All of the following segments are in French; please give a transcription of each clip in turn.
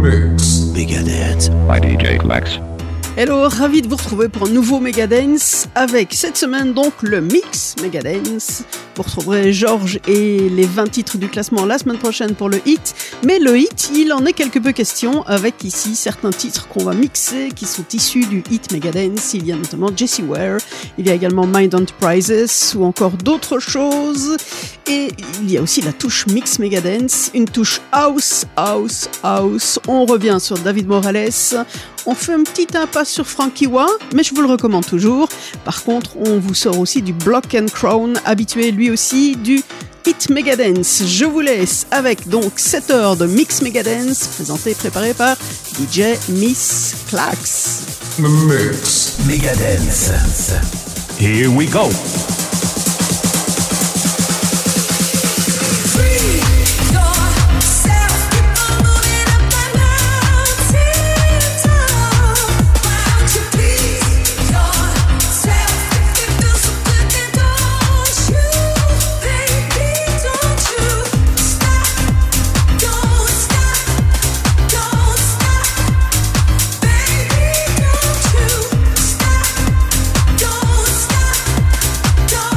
Mix. Megadance. By DJ Flex. Hello, ravi de vous retrouver pour un nouveau Megadance avec cette semaine donc le Mix Megadance. Vous retrouverez Georges et les 20 titres du classement la semaine prochaine pour le hit. Mais le hit, il en est quelque peu question avec ici certains titres qu'on va mixer qui sont issus du hit Megadance. Il y a notamment Jessie Ware, il y a également Mind Enterprises ou encore d'autres choses. Et il y a aussi la touche Mix Megadance, une touche House. On revient sur David Morales. On fait un petit impasse sur Frankie Wah, mais je vous le recommande toujours. Par contre, on vous sort aussi du Block and Crown, habitué lui aussi du Hit Megadance. Je vous laisse avec donc 7 heures de Mix Megadance, présenté et préparé par DJ Miss Clax. Mix. Megadance. Here we go. Don't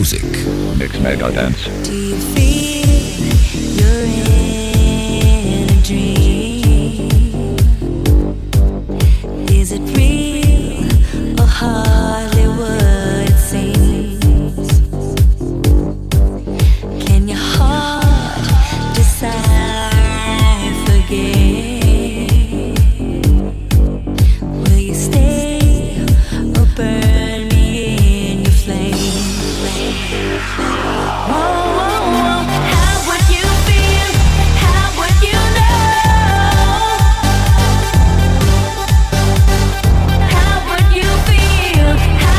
music. Mix Megadance. Do you feel you're in a dream? Is it real or hardly what it seems? Can your heart decipher again? Will you stay or burn me in your flame? Whoa, whoa, whoa. How would you feel? How would you know? How would you feel?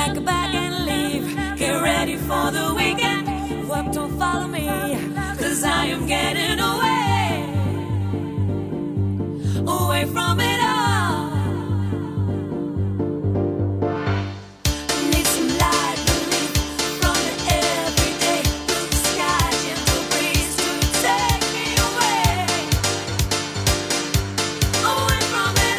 pack a bag and leave. Get ready for the weekend. Work, don't follow me, 'cause I am getting away from it all. Need some light relief from the everyday. Blue sky, gentle breeze to take me away from it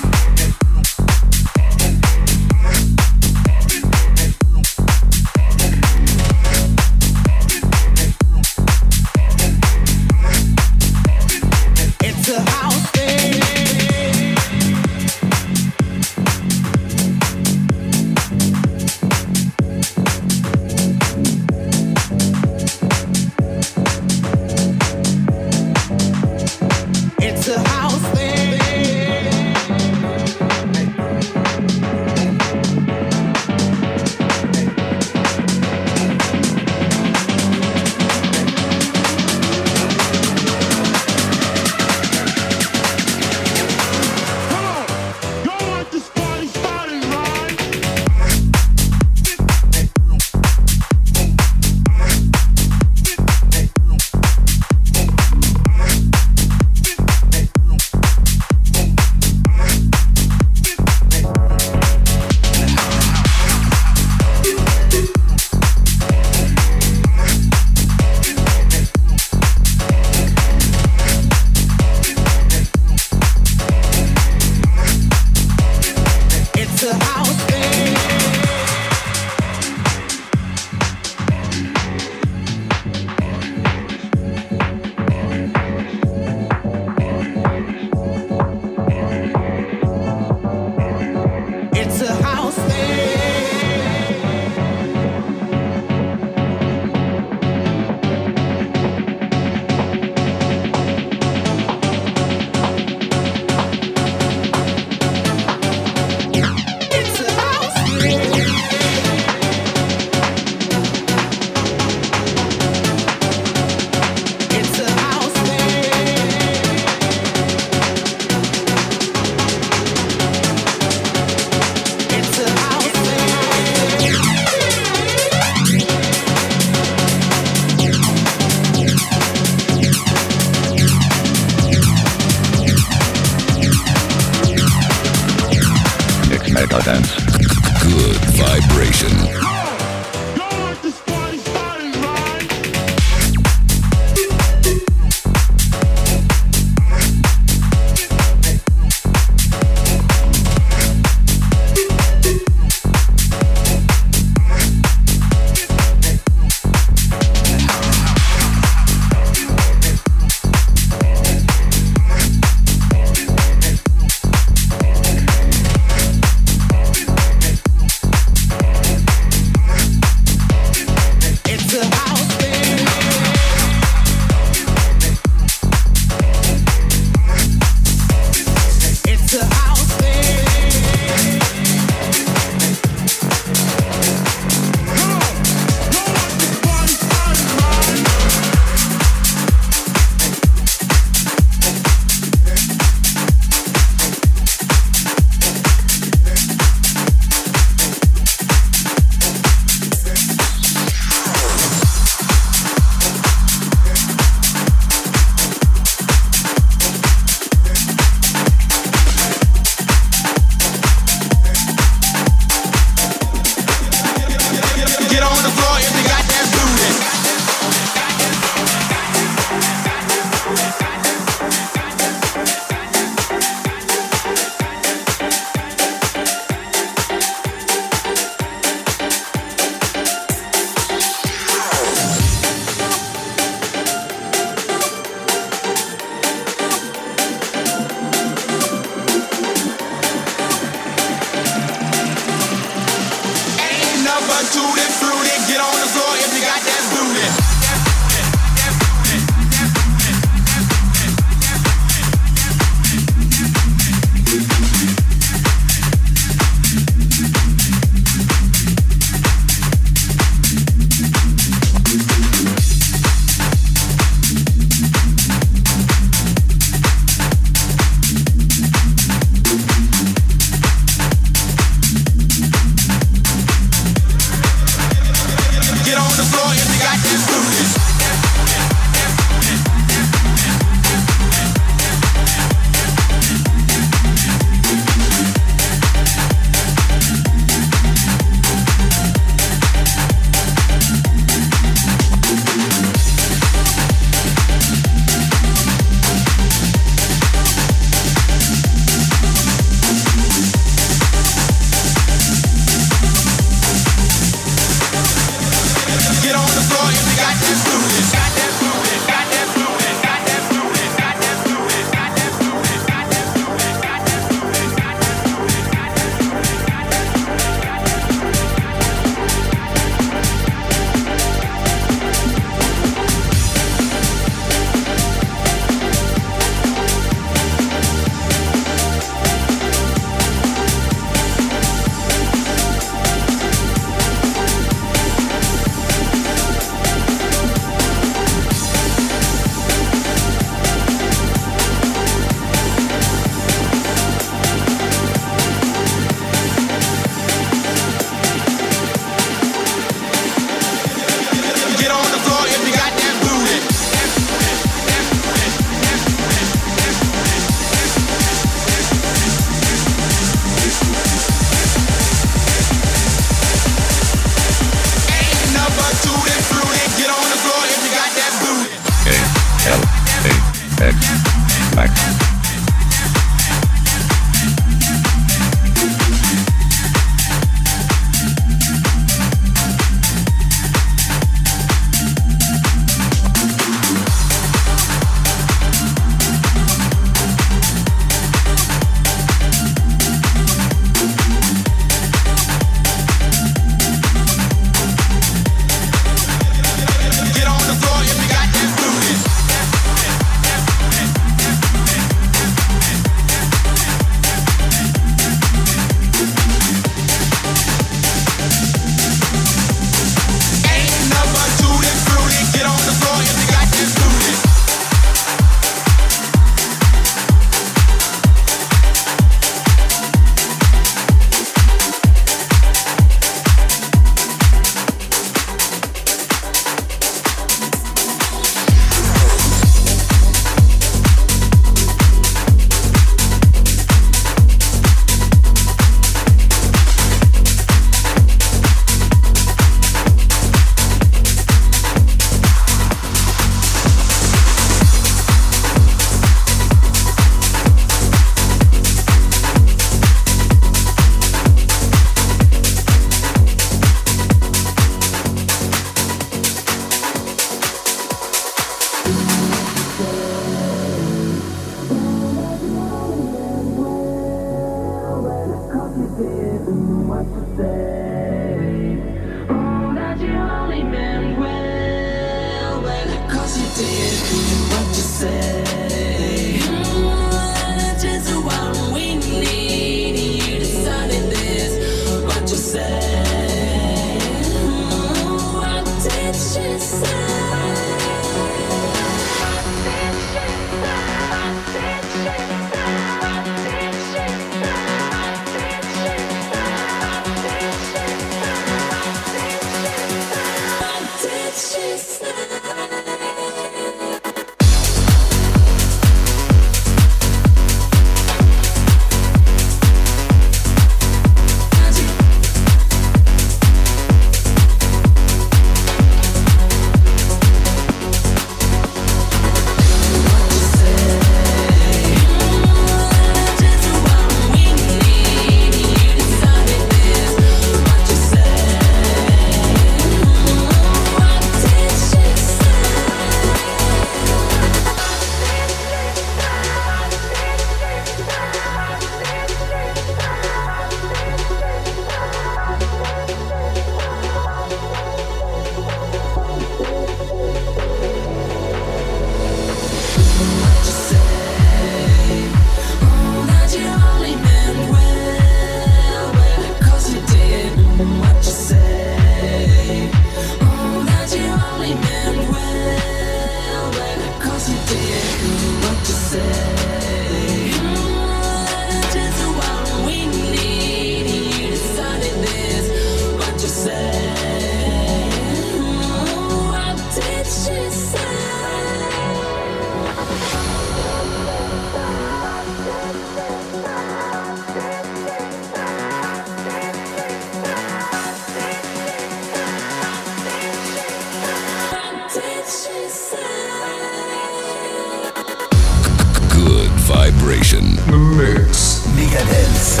vibration. The Mix. Megadance.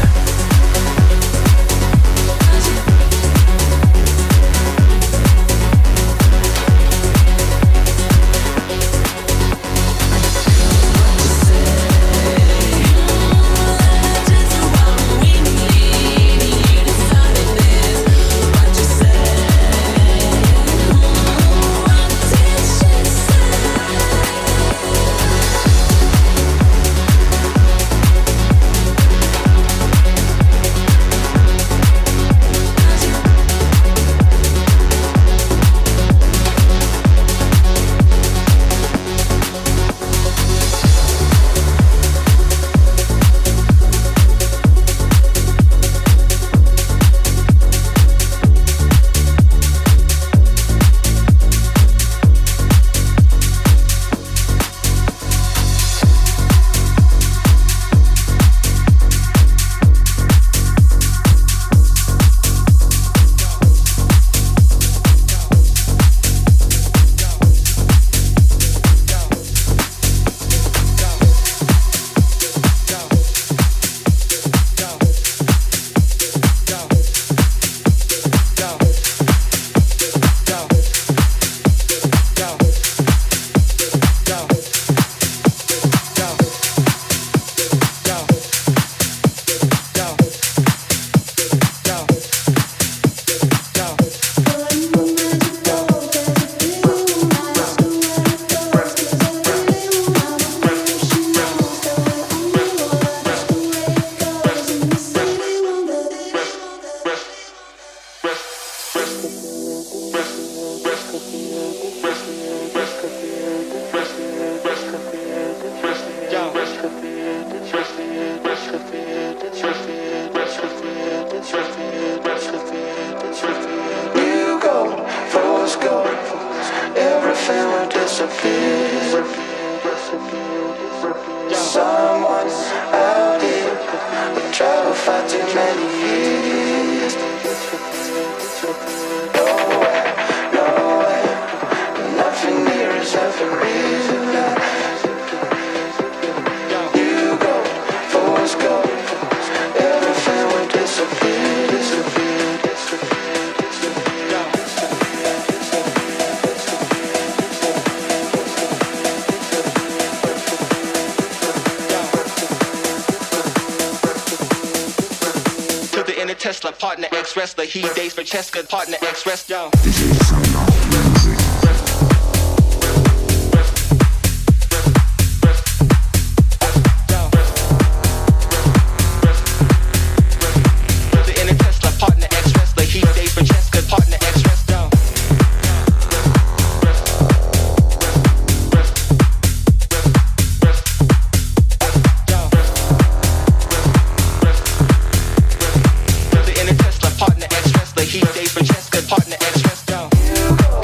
Tesla, partner ex-wrestler, he dates for Cheska, partner ex-wrestler. You go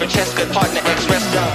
Francesca, partner X-Rest, yo.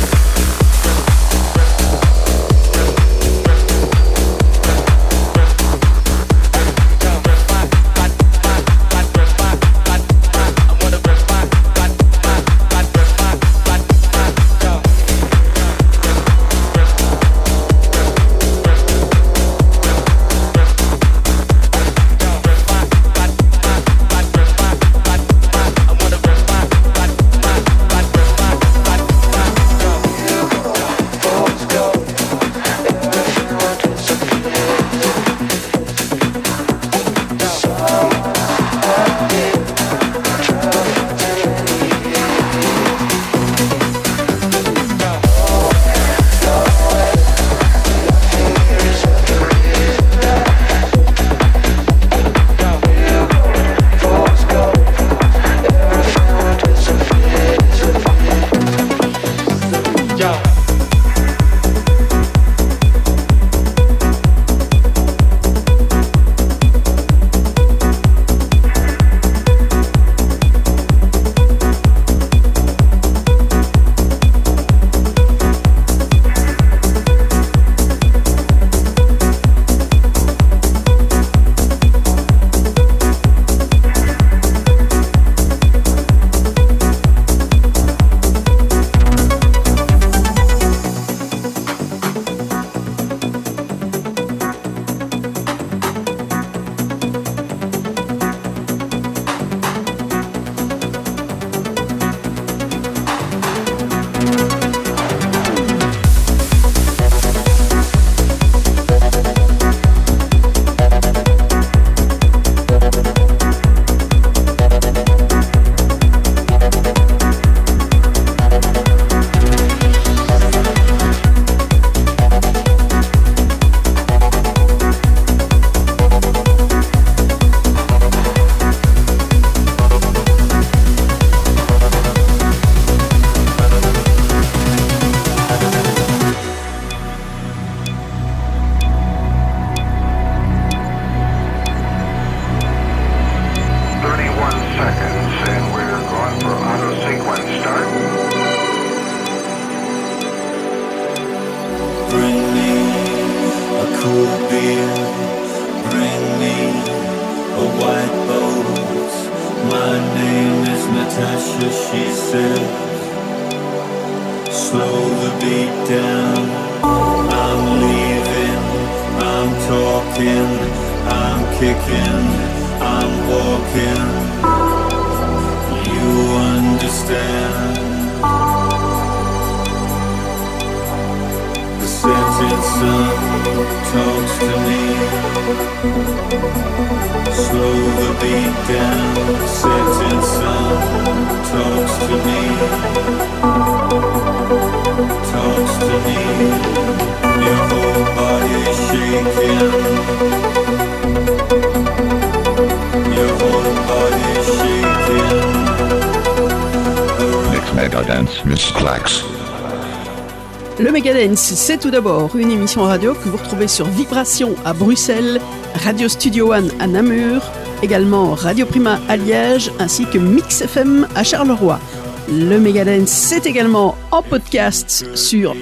Le Megadance, c'est tout d'abord une émission radio que vous retrouvez sur Vibration à Bruxelles, Radio Studio One à Namur, également Radio Prima à Liège, ainsi que Mix FM à Charleroi. Le Megadance, c'est également en podcast sur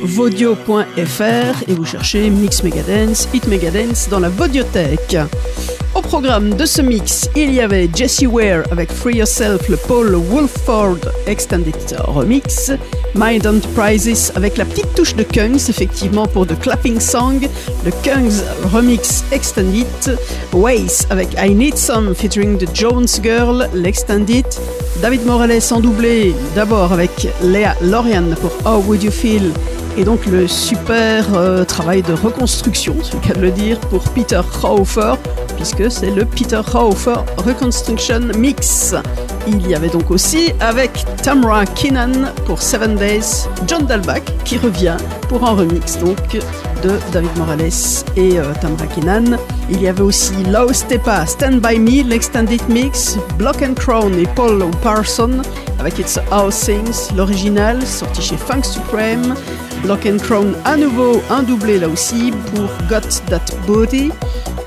vodio.fr et vous cherchez Mix Megadance, Hit Megadance dans la Vodiothèque. Au programme de ce mix, il y avait Jessie Ware avec Free Yourself, le Paul Woolford Extended Remix, Mind Enterprises avec la petite touche de Kungs, effectivement pour The Clapping Song, le Kungs Remix Extended, Waze avec I Need Some featuring The Jones Girl, l'Extended, David Morales en doublé, d'abord avec Léa Lorian pour How Would You Feel, et donc le super travail de reconstruction, c'est le cas de le dire, pour Peter Hofer, puisque c'est le Peter Hofer Reconstruction Mix. Il y avait donc aussi avec Tamra Keenan pour 7 Days, John Dalbach qui revient pour un remix donc de David Morales et Tamra Keenan. Il y avait aussi Lau Stepa, Stand By Me, l'Extended Mix, Block and Crown et Paul Parson avec It's How Things, l'original sorti chez Funk Supreme. Block and Crown à nouveau un doublé là aussi pour Got That Body.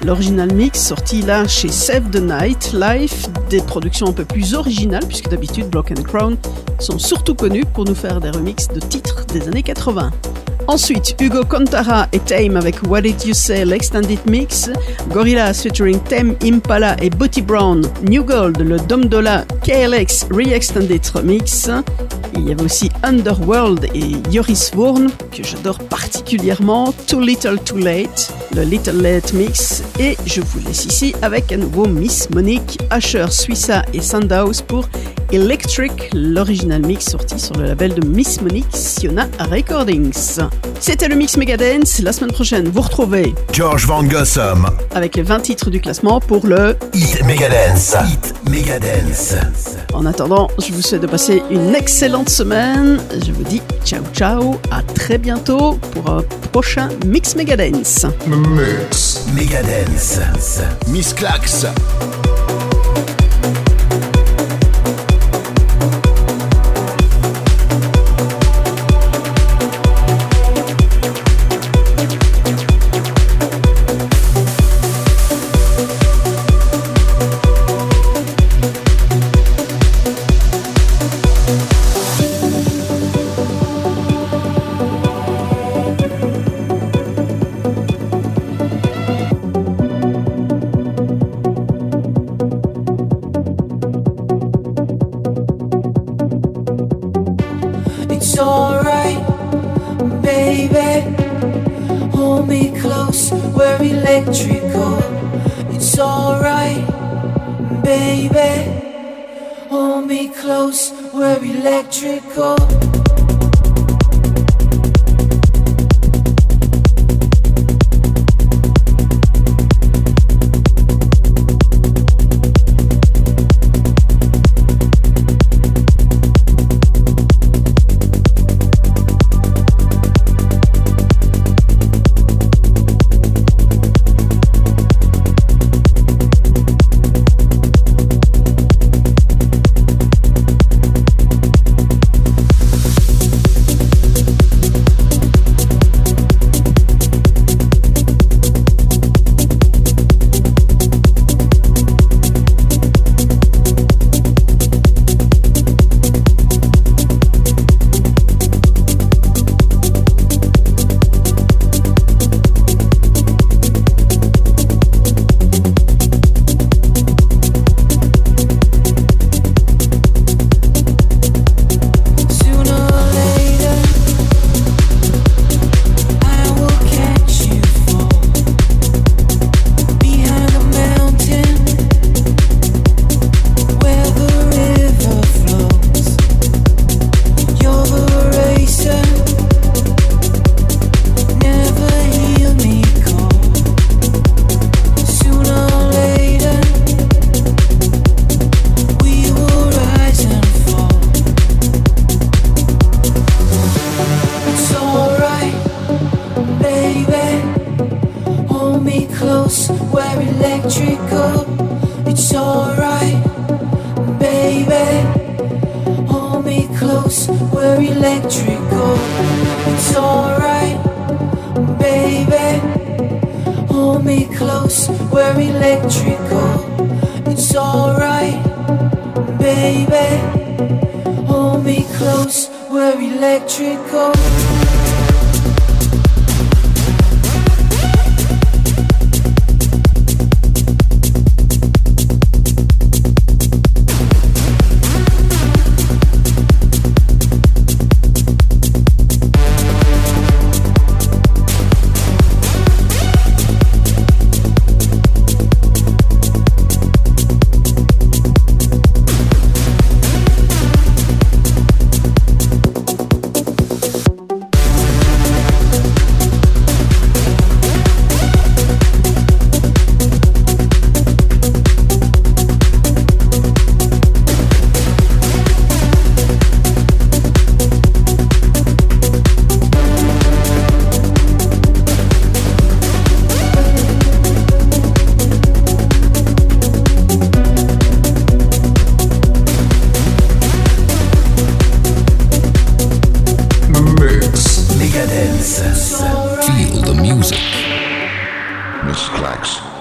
l'original mix sorti là chez Save the Night Live, des productions un peu plus originales puisque d'habitude Block and Crown sont surtout connus pour nous faire des remixes de titres des années 80. Ensuite, Hugo Contara et Tame avec What Did You Say, l'Extended Mix, Gorillaz featuring Tame Impala et Booty Brown, New Gold, le Dom Dolla KLX Re-Extended Remix. Il y avait aussi Underworld et Joris Voorn, que j'adore particulièrement, Too Little Too Late, le Little Late Mix. Et je vous laisse ici avec à nouveau Miss Monique, Asher, Suissa et Sandhouse pour Electric, l'original mix sorti sur le label de Miss Monique, Siona Recordings. C'était le Mix Megadance. La semaine prochaine, vous retrouvez George Van Gossum avec les 20 titres du classement pour le Hit Megadance. Hit Megadance. En attendant, je vous souhaite de passer une excellente semaine. Je vous dis ciao ciao, à très bientôt pour un prochain Mix Megadance. Mix Megadance. Miss Clax. It's alright, baby. Hold me close, we're electrical. It's alright, baby. Hold me close, we're electrical. Electrical. Feel the music. Miss Clax.